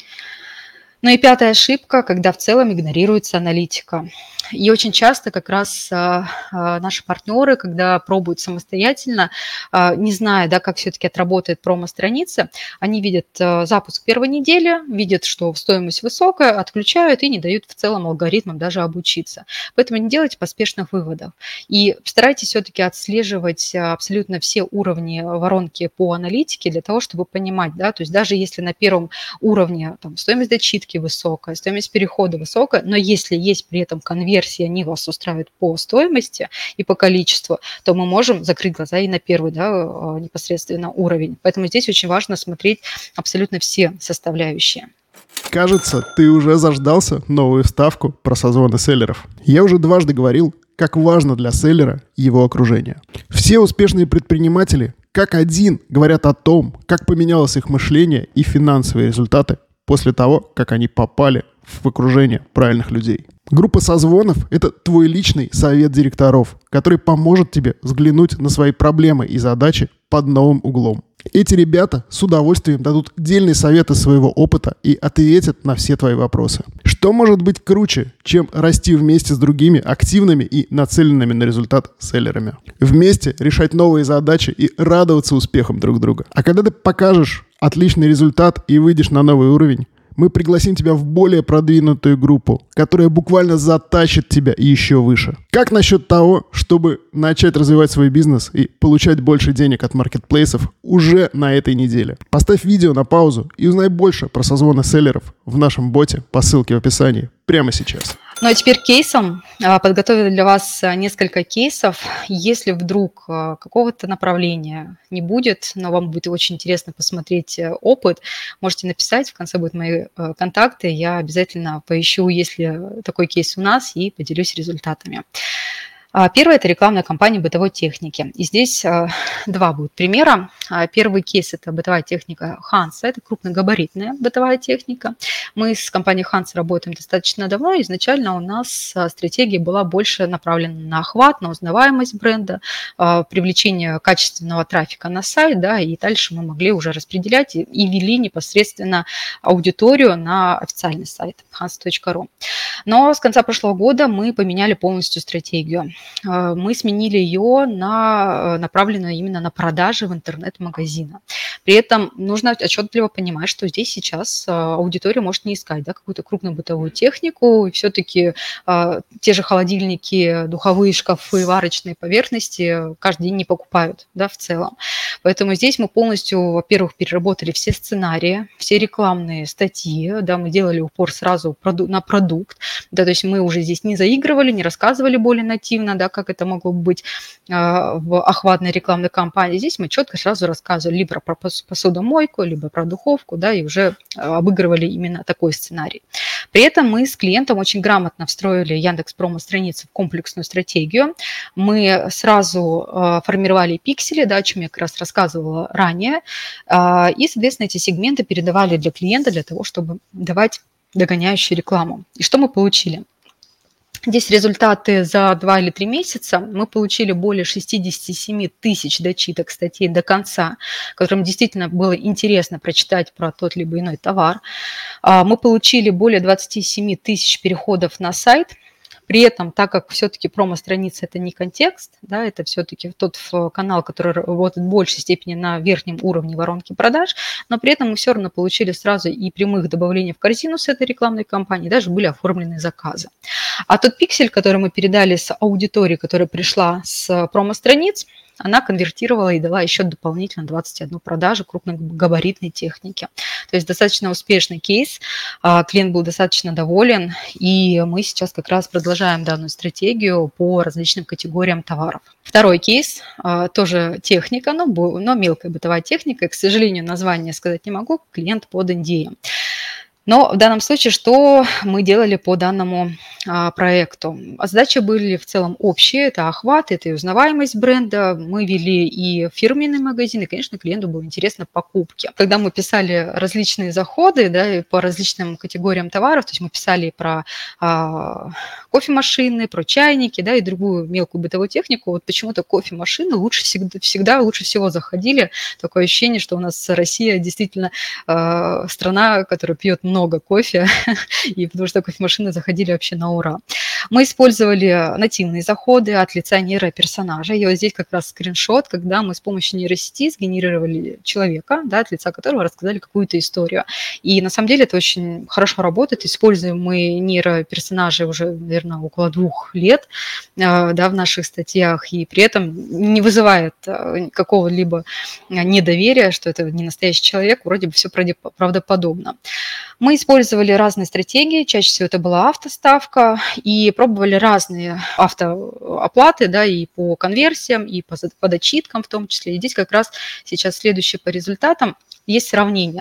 Ну и пятая ошибка, когда в целом игнорируется аналитика. И очень часто как раз а, а, наши партнеры, когда пробуют самостоятельно, а, не зная, да, как все-таки отработает промо-страница, они видят а, запуск первой недели, видят, что стоимость высокая, отключают и не дают в целом алгоритмам даже обучиться. Поэтому не делайте поспешных выводов. И старайтесь все-таки отслеживать абсолютно все уровни воронки по аналитике для того, чтобы понимать, да, то есть даже если на первом уровне там, стоимость дочитки высокая, стоимость перехода высокая, но если есть при этом конверсия, они вас устраивают по стоимости и по количеству, то мы можем закрыть глаза и на первый, да, непосредственно уровень. Поэтому здесь очень важно смотреть абсолютно все составляющие. Кажется, ты уже заждался новую вставку про созвоны селлеров. Я уже дважды говорил, как важно для селлера его окружение. Все успешные предприниматели как один говорят о том, как поменялось их мышление и финансовые результаты после того, как они попали в окружение правильных людей. Группа созвонов – это твой личный совет директоров, который поможет тебе взглянуть на свои проблемы и задачи под новым углом. Эти ребята с удовольствием дадут дельные советы своего опыта и ответят на все твои вопросы. Что может быть круче, чем расти вместе с другими активными и нацеленными на результат селлерами? Вместе решать новые задачи и радоваться успехам друг друга. А когда ты покажешь отличный результат и выйдешь на новый уровень, мы пригласим тебя в более продвинутую группу, которая буквально затащит тебя еще выше. Как насчет того, чтобы начать развивать свой бизнес и получать больше денег от маркетплейсов уже на этой неделе? Поставь видео на паузу и узнай больше про созвоны селлеров в нашем боте по ссылке в описании прямо сейчас. Ну а теперь кейсом. Подготовили для вас несколько кейсов. Если вдруг какого-то направления не будет, но вам будет очень интересно посмотреть опыт, можете написать, в конце будут мои контакты. Я обязательно поищу, есть ли такой кейс у нас, и поделюсь результатами. Первое – это рекламная кампания бытовой техники. И здесь два будет примера. Первый кейс – это бытовая техника Ханса. Это крупногабаритная бытовая техника. Мы с компанией Ханс работаем достаточно давно. Изначально у нас стратегия была больше направлена на охват, на узнаваемость бренда, привлечение качественного трафика на сайт. Да, и дальше мы могли уже распределять и вели непосредственно аудиторию на официальный сайт ханс точка ру. Но с конца прошлого года мы поменяли полностью стратегию. Мы сменили ее на направленную именно на продажи в интернет-магазинах. При этом нужно отчетливо понимать, что здесь сейчас аудитория может не искать, да, какую-то крупную бытовую технику, и все-таки э, те же холодильники, духовые шкафы, варочные поверхности каждый день не покупают, да, в целом. Поэтому здесь мы полностью, во-первых, переработали все сценарии, все рекламные статьи, да, мы делали упор сразу на продукт, да, то есть мы уже здесь не заигрывали, не рассказывали более нативно, да, как это могло быть э, в охватной рекламной кампании. Здесь мы четко сразу рассказывали либо про посудомойку, либо про духовку, да, и уже обыгрывали именно такой сценарий. При этом мы с клиентом очень грамотно встроили Яндекс.Промо-страницу в комплексную стратегию. Мы сразу э, формировали пиксели, да, о чем я как раз рассказывала ранее, э, и, соответственно, эти сегменты передавали для клиента для того, чтобы давать догоняющую рекламу. И что мы получили? Здесь результаты за два или три месяца. Мы получили более шестьдесят семь тысяч дочиток статей до конца, которым действительно было интересно прочитать про тот либо иной товар. Мы получили более двадцать семь тысяч переходов на сайт. При этом, так как все-таки промо-страница – это не контекст, да, это все-таки тот канал, который работает в большей степени на верхнем уровне воронки продаж, но при этом мы все равно получили сразу и прямых добавлений в корзину с этой рекламной кампании, даже были оформлены заказы. А тот пиксель, который мы передали с аудитории, которая пришла с промо-страниц, она конвертировала и дала еще дополнительно двадцать одну продажу крупногабаритной техники. То есть достаточно успешный кейс, клиент был достаточно доволен, и мы сейчас как раз продолжаем данную стратегию по различным категориям товаров. Второй кейс, тоже техника, но, но мелкая бытовая техника, и, к сожалению, название сказать не могу, клиент под эн ди эй. Но в данном случае что мы делали по данному а, проекту? А Задачи были в целом общие. Это охват, это и узнаваемость бренда. Мы вели и фирменный магазин, и, конечно, клиенту было интересно покупки. Когда мы писали различные заходы, да, и по различным категориям товаров, то есть мы писали про а, кофемашины, про чайники, да, и другую мелкую бытовую технику, вот почему-то кофемашины лучше всегда, всегда лучше всего заходили. Такое ощущение, что у нас Россия действительно э, страна, которая пьет много кофе, и потому что кофемашины заходили вообще на ура. Мы использовали нативные заходы от лица нейроперсонажа. И вот здесь как раз скриншот, когда мы с помощью нейросети сгенерировали человека, да, от лица которого рассказали какую-то историю. И на самом деле это очень хорошо работает. Используем мы нейроперсонажей уже, наверное, около двух лет э, да, в наших статьях, и при этом не вызывает э, какого-либо недоверия, что это не настоящий человек, вроде бы все правдоподобно. Мы использовали разные стратегии, чаще всего это была автоставка, и пробовали разные автооплаты, да, и по конверсиям, и по, по дочиткам в том числе. И здесь как раз сейчас следующее по результатам есть сравнение.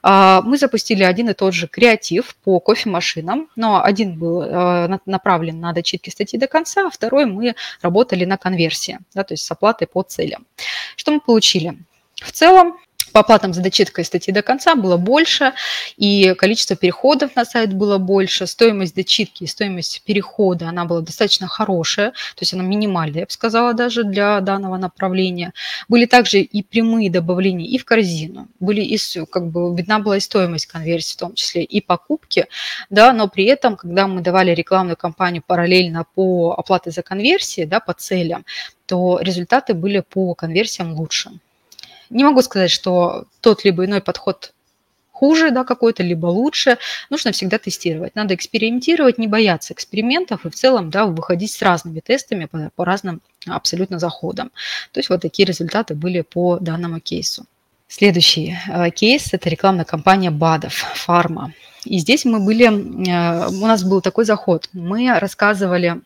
Мы запустили один и тот же креатив по кофемашинам, но один был направлен на дочитки статьи до конца, а второй мы работали на конверсии, да, то есть с оплатой по целям. Что мы получили? В целом, по оплатам за дочиткой статьи до конца было больше, и количество переходов на сайт было больше, стоимость дочитки и стоимость перехода, она была достаточно хорошая, то есть она минимальная, я бы сказала, даже для данного направления. Были также и прямые добавления и в корзину, были и, как бы, видна была и стоимость конверсии, в том числе и покупки, да, но при этом, когда мы давали рекламную кампанию параллельно по оплате за конверсии, да, по целям, то результаты были по конверсиям лучше. Не могу сказать, что тот либо иной подход хуже, да, какой-то, либо лучше. Нужно всегда тестировать. Надо экспериментировать, не бояться экспериментов и в целом, да, выходить с разными тестами по, по разным абсолютно заходам. То есть вот такие результаты были по данному кейсу. Следующий э, кейс – это рекламная кампания БАДов, фарма. И здесь мы были, э, у нас был такой заход. Мы рассказывали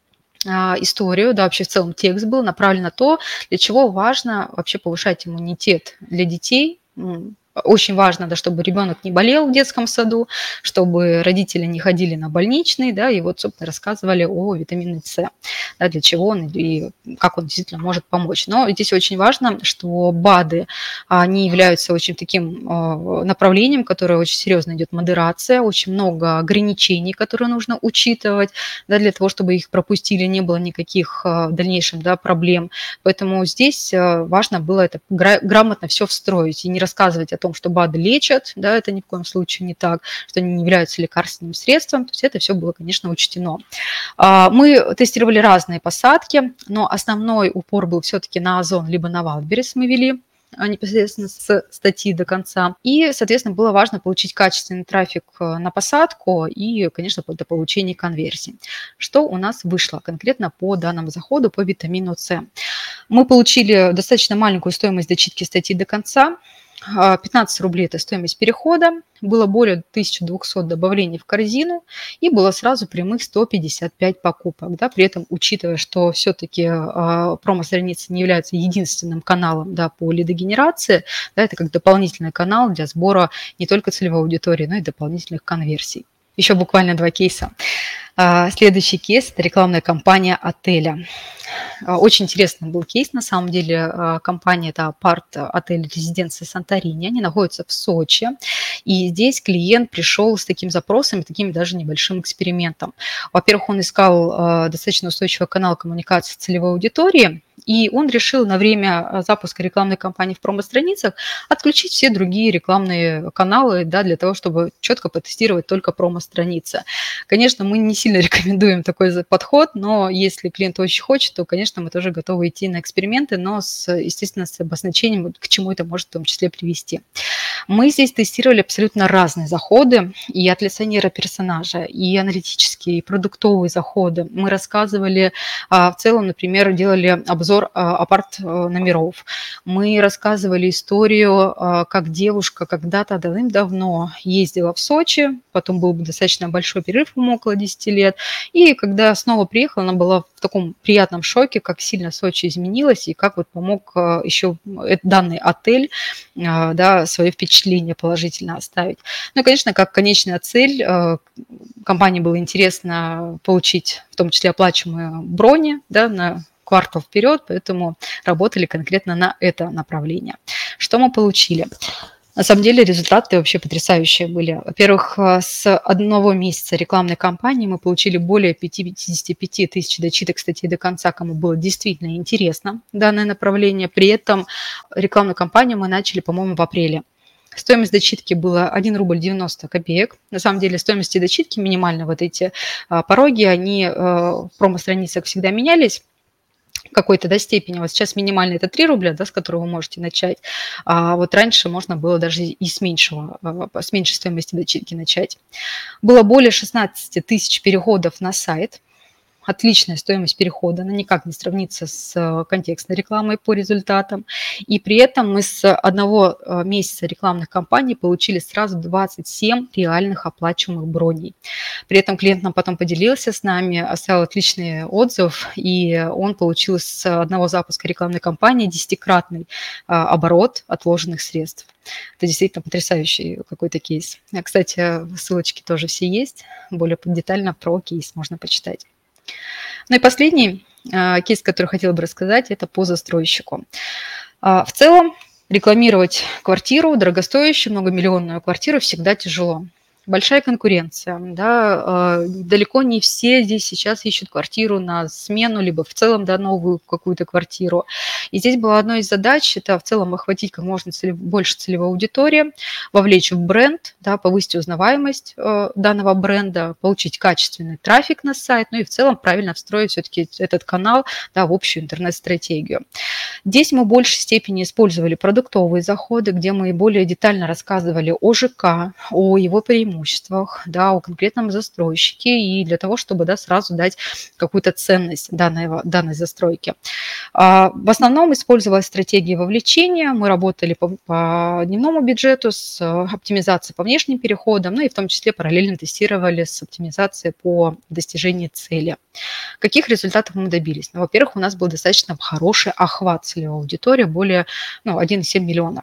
историю, да, вообще в целом текст был направлен на то, для чего важно вообще повышать иммунитет для детей. Очень важно, да, чтобы ребенок не болел в детском саду, чтобы родители не ходили на больничный, да, и вот, собственно, рассказывали о витамине С, да, для чего он и как он действительно может помочь. Но здесь очень важно, что БАДы, они являются очень таким направлением, которое очень серьезно идет модерация, очень много ограничений, которые нужно учитывать, да, для того, чтобы их пропустили, не было никаких в дальнейшем, да, проблем. Поэтому здесь важно было это грамотно все встроить и не рассказывать о том, что БАДы лечат, да, это ни в коем случае не так, что они не являются лекарственным средством, то есть это все было, конечно, учтено. Мы тестировали разные посадки, но основной упор был все-таки на Озон, либо на Wildberries мы вели непосредственно с статьи до конца. И, соответственно, было важно получить качественный трафик на посадку и, конечно, до получения конверсий. Что у нас вышло конкретно по данному заходу по витамину С? Мы получили достаточно маленькую стоимость дочитки статьи до конца. пятнадцать рублей – это стоимость перехода, было более тысяча двести добавлений в корзину и было сразу прямых сто пятьдесят пять покупок. Да, при этом, учитывая, что все-таки э, промо-страница не является единственным каналом, да, по лидогенерации, да, это как дополнительный канал для сбора не только целевой аудитории, но и дополнительных конверсий. Еще буквально два кейса. Следующий кейс – это рекламная кампания отеля. Очень интересный был кейс, на самом деле. Компания – это апарт-отель резиденции Санторини. Они находятся в Сочи. И здесь клиент пришел с таким запросом, таким даже небольшим экспериментом. Во-первых, он искал достаточно устойчивый канал коммуникации с целевой аудиторией, и он решил на время запуска рекламной кампании в промо-страницах отключить все другие рекламные каналы, да, для того, чтобы четко потестировать только промо-страницы. Конечно, мы не сильно рекомендуем такой подход, но если клиент очень хочет, то, конечно, мы тоже готовы идти на эксперименты, но, с, естественно, с обозначением, к чему это может в том числе привести. Мы здесь тестировали абсолютно разные заходы, и от лица нейроперсонажа, и аналитические, и продуктовые заходы. Мы рассказывали, в целом, например, делали обзор апарт-номеров. Мы рассказывали историю, как девушка когда-то давным-давно ездила в Сочи, потом был достаточно большой перерыв, ему около десяти лет, и когда снова приехала, она была в таком приятном шоке, как сильно Сочи изменилась, и как вот помог еще данный отель, да, свое впечатление впечатление положительно оставить. Ну и, конечно, как конечная цель, компании было интересно получить в том числе оплачиваемые брони, да, на квартал вперед, поэтому работали конкретно на это направление. Что мы получили? На самом деле результаты вообще потрясающие были. Во-первых, с одного месяца рекламной кампании мы получили более пятьдесят пять тысяч дочиток статей до конца, кому было действительно интересно данное направление. При этом рекламную кампанию мы начали, по-моему, в апреле. Стоимость дочитки была один рубль девяносто копеек. На самом деле стоимости дочитки минимально, вот эти пороги, они в промо-страницах всегда менялись в какой-то до степени. Вот сейчас минимально это три рубля, да, с которого вы можете начать. А вот раньше можно было даже и с меньшего, с меньшей стоимости дочитки начать. Было более шестнадцать тысяч переходов на сайт. Отличная стоимость перехода, она никак не сравнится с контекстной рекламой по результатам. И при этом мы с одного месяца рекламных кампаний получили сразу двадцать семь реальных оплачиваемых броней. При этом клиент нам потом поделился с нами, оставил отличный отзыв, и он получил с одного запуска рекламной кампании десятикратный оборот отложенных средств. Это действительно потрясающий какой-то кейс. Кстати, ссылочки тоже все есть, более детально про кейс можно почитать. Ну и последний э, кейс, который хотела бы рассказать, это по застройщику. Э, в целом рекламировать квартиру, дорогостоящую, многомиллионную квартиру всегда тяжело. Большая конкуренция, да, э, далеко не все здесь сейчас ищут квартиру на смену, либо в целом, да, новую какую-то квартиру. И здесь была одной из задач, это в целом охватить как можно целев, больше целевой аудитории, вовлечь в бренд, да, повысить узнаваемость э, данного бренда, получить качественный трафик на сайт, ну и в целом правильно встроить все-таки этот канал, да, в общую интернет-стратегию. Здесь мы в большей степени использовали продуктовые заходы, где мы более детально рассказывали о ЖК, о его преимуществах, да, о конкретном застройщике, и для того, чтобы, да, сразу дать какую-то ценность данной, данной застройки. А, в основном использовалась стратегия вовлечения. Мы работали по, по дневному бюджету с оптимизацией по внешним переходам, ну и в том числе параллельно тестировали с оптимизацией по достижению цели. Каких результатов мы добились? Ну, во-первых, у нас был достаточно хороший охват целевой аудитории, более ну, один целых семь десятых миллиона.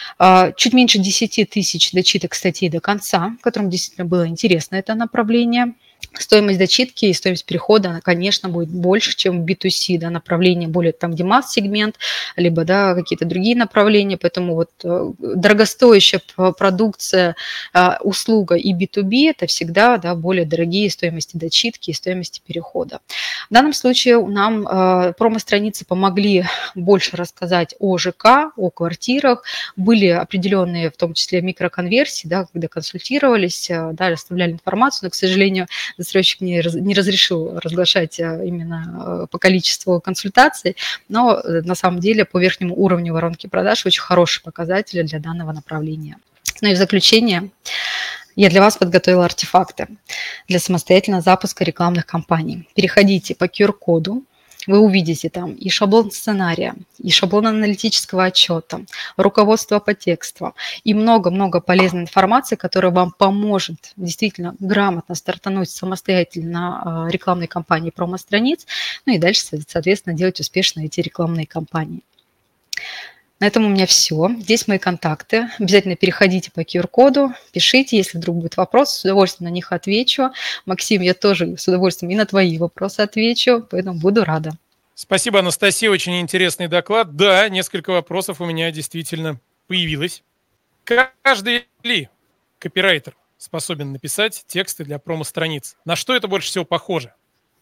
Чуть меньше десять тысяч дочиток статей до конца, которым действительно было интересно это направление. Стоимость дочитки и стоимость перехода, она, конечно, будет больше, чем в би ту си, да, направление, более там, где масс-сегмент, либо, да, какие-то другие направления. Поэтому вот дорогостоящая продукция, услуга и би ту би – это всегда, да, более дорогие стоимости дочитки и стоимости перехода. В данном случае нам промо-страницы помогли больше рассказать о ЖК, о квартирах. Были определенные, в том числе, микроконверсии, да, когда консультировались, да, оставляли информацию, но, к сожалению, застройщик не, раз, не разрешил разглашать именно по количеству консультаций, но на самом деле по верхнему уровню воронки продаж очень хорошие показатели для данного направления. Ну и в заключение я для вас подготовила артефакты для самостоятельного запуска рекламных кампаний. Переходите по ку ар-коду. Вы увидите там и шаблон сценария, и шаблон аналитического отчета, руководство по тексту и много-много полезной информации, которая вам поможет действительно грамотно стартануть самостоятельно рекламной кампании промо-страниц, ну и дальше, соответственно, делать успешно эти рекламные кампании. На этом у меня все. Здесь мои контакты. Обязательно переходите по ку ар-коду, пишите, если вдруг будет вопрос, с удовольствием на них отвечу. Максим, я тоже с удовольствием и на твои вопросы отвечу, поэтому буду рада. Спасибо, Анастасия, очень интересный доклад. Да, несколько вопросов у меня действительно появилось. Каждый ли копирайтер способен написать тексты для промо-страниц? На что это больше всего похоже?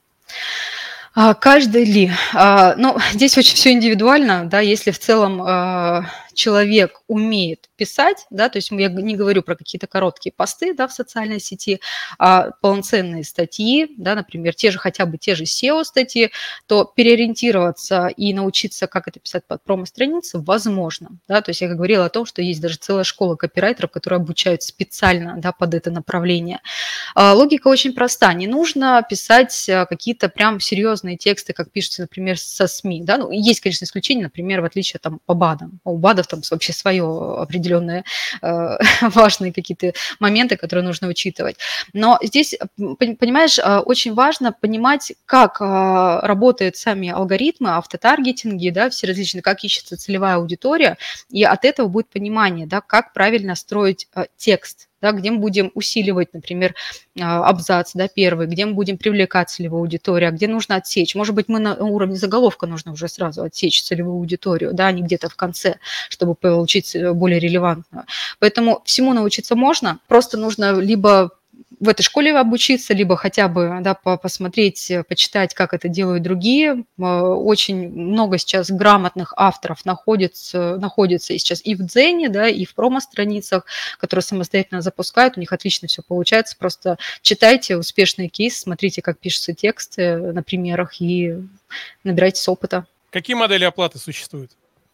Каждый ли? Ну, здесь очень все индивидуально, да, если в целом человек умеет писать, да, то есть я не говорю про какие-то короткие посты, да, в социальной сети, а полноценные статьи, да, например, те же хотя бы те же сео-статьи, то переориентироваться и научиться, как это писать под промо-страницы, возможно, да, то есть я говорила о том, что есть даже целая школа копирайтеров, которые обучают специально, да, под это направление. Логика очень проста, не нужно писать какие-то прям серьезные тексты, как пишется, например, со СМИ, да, ну, есть, конечно, исключения, например, в отличие там по БАДам, у БАДов там вообще свое определенные э, важные какие-то моменты, которые нужно учитывать. Но здесь, понимаешь, очень важно понимать, как работают сами алгоритмы, автотаргетинги, да, все различные, как ищется целевая аудитория, и от этого будет понимание, да, как правильно строить текст, да, где мы будем усиливать, например, абзац, да, первый, где мы будем привлекать целевую аудиторию, а где нужно отсечь. Может быть, мы на уровне заголовка нужно уже сразу отсечь целевую аудиторию, да, а не где-то в конце, чтобы получить более релевантную. Поэтому всему научиться можно, просто нужно либо в этой школе обучиться, либо хотя бы, да, посмотреть, почитать, как это делают другие. Очень много сейчас грамотных авторов находится, находится и сейчас и в Дзене, да, и в промо-страницах, которые самостоятельно запускают, у них отлично все получается. Просто читайте успешные кейсы, смотрите, как пишутся тексты на примерах и набирайтесь опыта. Какие модели оплаты существуют?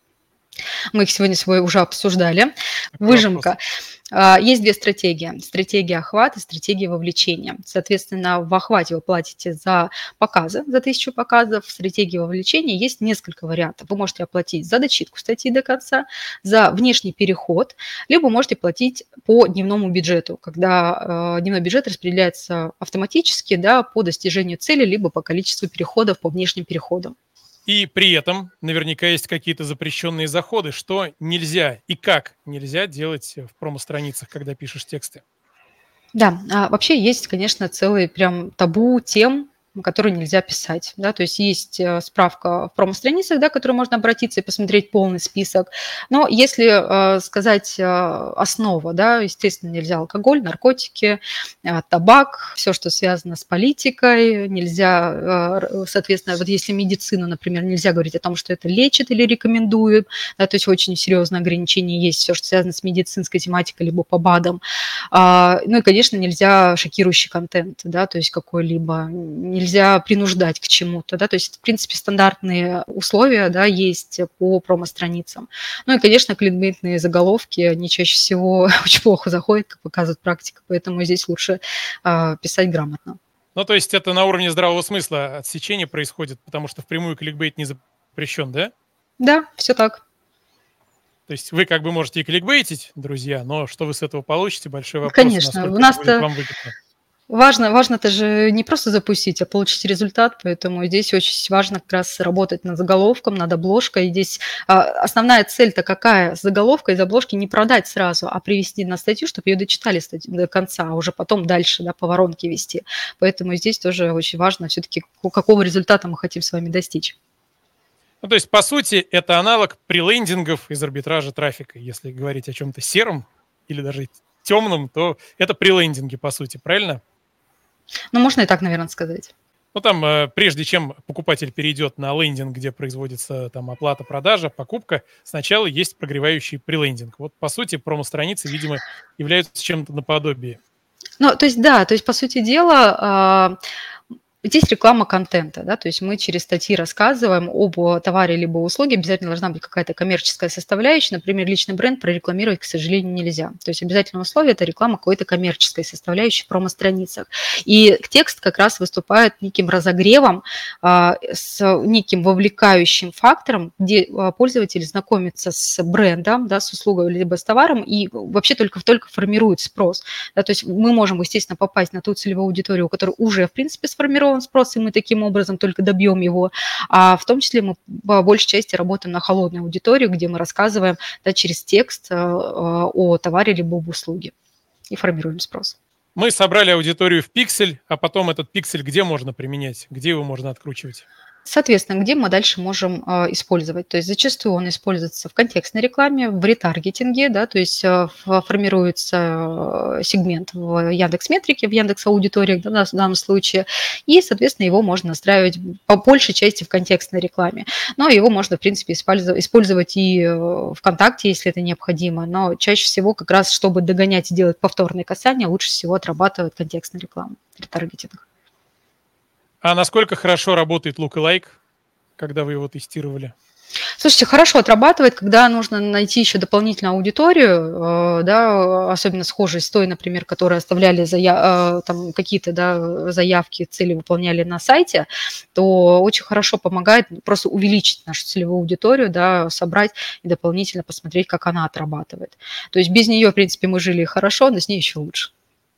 Мы их сегодня с тобой уже обсуждали. Какой Выжимка. вопрос? Есть две стратегии. Стратегия охвата и стратегия вовлечения. Соответственно, в охвате вы платите за показы, за тысячу показов. В стратегии вовлечения есть несколько вариантов. Вы можете оплатить за дочитку статьи до конца, за внешний переход, либо можете платить по дневному бюджету, когда дневной бюджет распределяется автоматически, да, по достижению цели, либо по количеству переходов по внешним переходам. И при этом наверняка есть какие-то запрещенные заходы, что нельзя и как нельзя делать в промо-страницах, когда пишешь тексты. Да, а вообще есть, конечно, целый прям табу тем, которые нельзя писать, да, то есть есть справка в промо-страницах, да, к которой можно обратиться и посмотреть полный список, но если э, сказать э, основа, да, естественно, нельзя алкоголь, наркотики, э, табак, все, что связано с политикой, нельзя, э, соответственно, вот если медицину, например, нельзя говорить о том, что это лечит или рекомендует, да, то есть очень серьезное ограничение есть, все, что связано с медицинской тематикой, либо по БАДам, а, ну и, конечно, нельзя шокирующий контент, да, то есть какой-либо, нельзя Нельзя принуждать к чему-то, да, то есть, в принципе, стандартные условия, да, есть по промо-страницам. Ну и, конечно, кликбейтные заголовки, они чаще всего очень плохо заходят, как показывает практика, поэтому здесь лучше э, писать грамотно. Ну, то есть это на уровне здравого смысла отсечение происходит, потому что впрямую кликбейт не запрещен, да? Да, все так. То есть вы как бы можете и кликбейтить, друзья, но что вы с этого получите, большой вопрос, Конечно, насколько у нас-то это будет вам выгодно. Важно, важно это же не просто запустить, а получить результат, поэтому здесь очень важно как раз работать над заголовком, над обложкой. И здесь а, основная цель-то какая? С заголовка из обложки не продать сразу, а привести на статью, чтобы ее дочитали до конца, а уже потом дальше, да, по воронке вести. Поэтому здесь тоже очень важно все-таки, какого результата мы хотим с вами достичь. Ну, то есть, по сути, это аналог прелендингов из арбитража трафика. Если говорить о чем-то сером или даже темном, то это прелендинги, по сути, правильно? Ну, можно и так, наверное, сказать. Ну, там, э, прежде чем покупатель перейдет на лендинг, где производится там оплата, продажа, покупка, сначала есть прогревающий прелендинг. Вот, по сути, промо-страницы, видимо, являются чем-то наподобие. Ну, то есть, да, то есть, по сути дела, здесь реклама контента, да, то есть мы через статьи рассказываем об товаре либо услуге, обязательно должна быть какая-то коммерческая составляющая, например, личный бренд прорекламировать, к сожалению, нельзя. То есть обязательное условие – это реклама какой-то коммерческой составляющей в промо-страницах. И текст как раз выступает неким разогревом, а, с неким вовлекающим фактором, где пользователь знакомится с брендом, да, с услугой либо с товаром и вообще только-только формирует спрос. Да, то есть мы можем, естественно, попасть на ту целевую аудиторию, у которой уже, в принципе, сформирован спрос, и мы таким образом только добьем его. А в том числе мы по большей части работаем на холодную аудиторию, где мы рассказываем, да, через текст о товаре либо об услуге и формируем спрос. Мы собрали аудиторию в пиксель, а потом этот пиксель где можно применять? Где его можно откручивать? Соответственно, где мы дальше можем э, использовать? То есть зачастую он используется в контекстной рекламе, в ретаргетинге, да, то есть э, формируется сегмент в Яндекс.Метрике, в Яндекс.Аудитории да, в данном случае, и, соответственно, его можно настраивать по большей части в контекстной рекламе. Но его можно, в принципе, использовать, использовать и ВКонтакте, если это необходимо, но чаще всего как раз, чтобы догонять и делать повторные касания, лучше всего отрабатывать контекстную рекламу, ретаргетинг. А насколько хорошо работает лук-и-лайк, когда вы его тестировали? Слушайте, хорошо отрабатывает, когда нужно найти еще дополнительную аудиторию, э, да, особенно схожей с той, например, которые оставляли зая- э, там какие-то, да, заявки, цели выполняли на сайте, то очень хорошо помогает просто увеличить нашу целевую аудиторию, да, собрать и дополнительно посмотреть, как она отрабатывает. То есть без нее, в принципе, мы жили хорошо, но с ней еще лучше.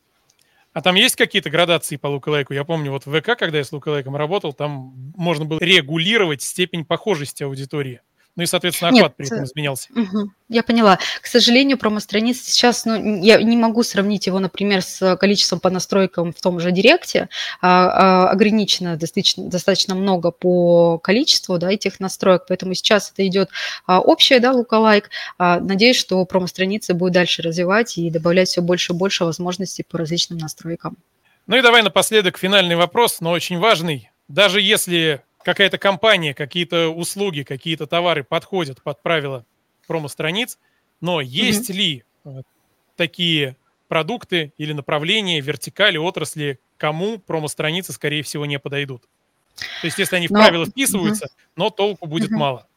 А там есть какие-то градации по лукалайку? Я помню, вот в ВК, когда я с лукалайком работал, там можно было регулировать степень похожести аудитории. Ну и, соответственно, Нет, охват при этом э, изменялся. мгм, я поняла. К сожалению, промо-страницы сейчас, ну, н я не могу сравнить его, например, с количеством по настройкам в том же Директе. А, а, ограничено достаточно достаточно много по количеству, да, этих настроек, поэтому сейчас это идет, а, общее, да, лукалайк. А, надеюсь, что промо-страницы будут дальше развивать и добавлять все больше и больше возможностей по различным настройкам. Ну и давай напоследок финальный вопрос, но очень важный. Даже если какая-то компания, какие-то услуги, какие-то товары подходят под правила промо-страниц, но Мгм. есть ли э, такие продукты или направления, вертикали, отрасли, кому промо-страницы, скорее всего, не подойдут? То есть, если они в Но правила мгм, вписываются, но толку будет мгм. мало.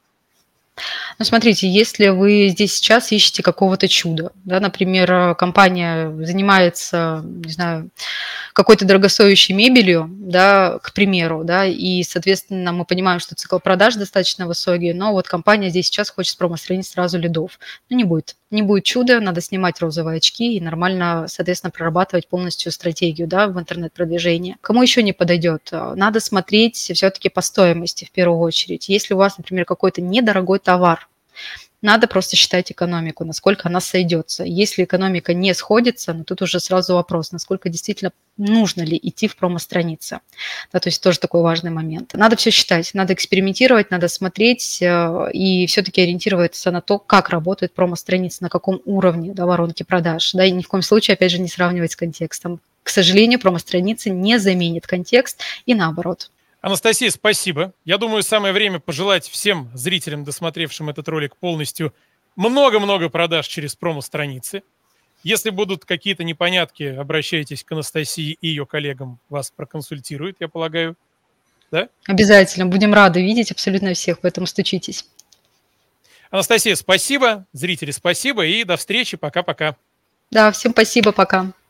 Ну, смотрите, если вы здесь сейчас ищете какого-то чуда, да, например, э, компания занимается, не знаю, какой-то дорогостоящей мебелью, да, к примеру, да, и, соответственно, мы понимаем, что цикл продаж достаточно высокий, но вот компания здесь сейчас хочет с промо-страниц сразу лидов. Ну, не будет. Не будет чуда, надо снимать розовые очки и нормально, соответственно, прорабатывать полностью стратегию, да, в интернет-продвижении. Кому еще не подойдет? Э, Надо смотреть все-таки по стоимости в первую очередь. Если у вас, например, какой-то недорогой товар, надо просто считать экономику, насколько она сойдется. Если экономика не сходится, ну, тут уже сразу вопрос, насколько действительно нужно ли идти в промо-страницы. Да, то есть тоже такой важный момент. Надо все считать, надо экспериментировать, надо смотреть э, и все-таки ориентироваться на то, как работает промо-страница, на каком уровне, да, воронки продаж. Да, и ни в коем случае, опять же, не сравнивать с контекстом. К сожалению, промо-страница не заменит контекст и наоборот. Анастасия, спасибо. Я думаю, самое время пожелать всем зрителям, досмотревшим этот ролик полностью, много-много продаж через промо-страницы. Если будут какие-то непонятки, обращайтесь к Анастасии и ее коллегам, вас проконсультируют, я полагаю. Да? Обязательно будем рады видеть абсолютно всех, поэтому стучитесь. Анастасия, спасибо. Зрители, спасибо. И до встречи. Пока-пока. Да, всем спасибо, пока.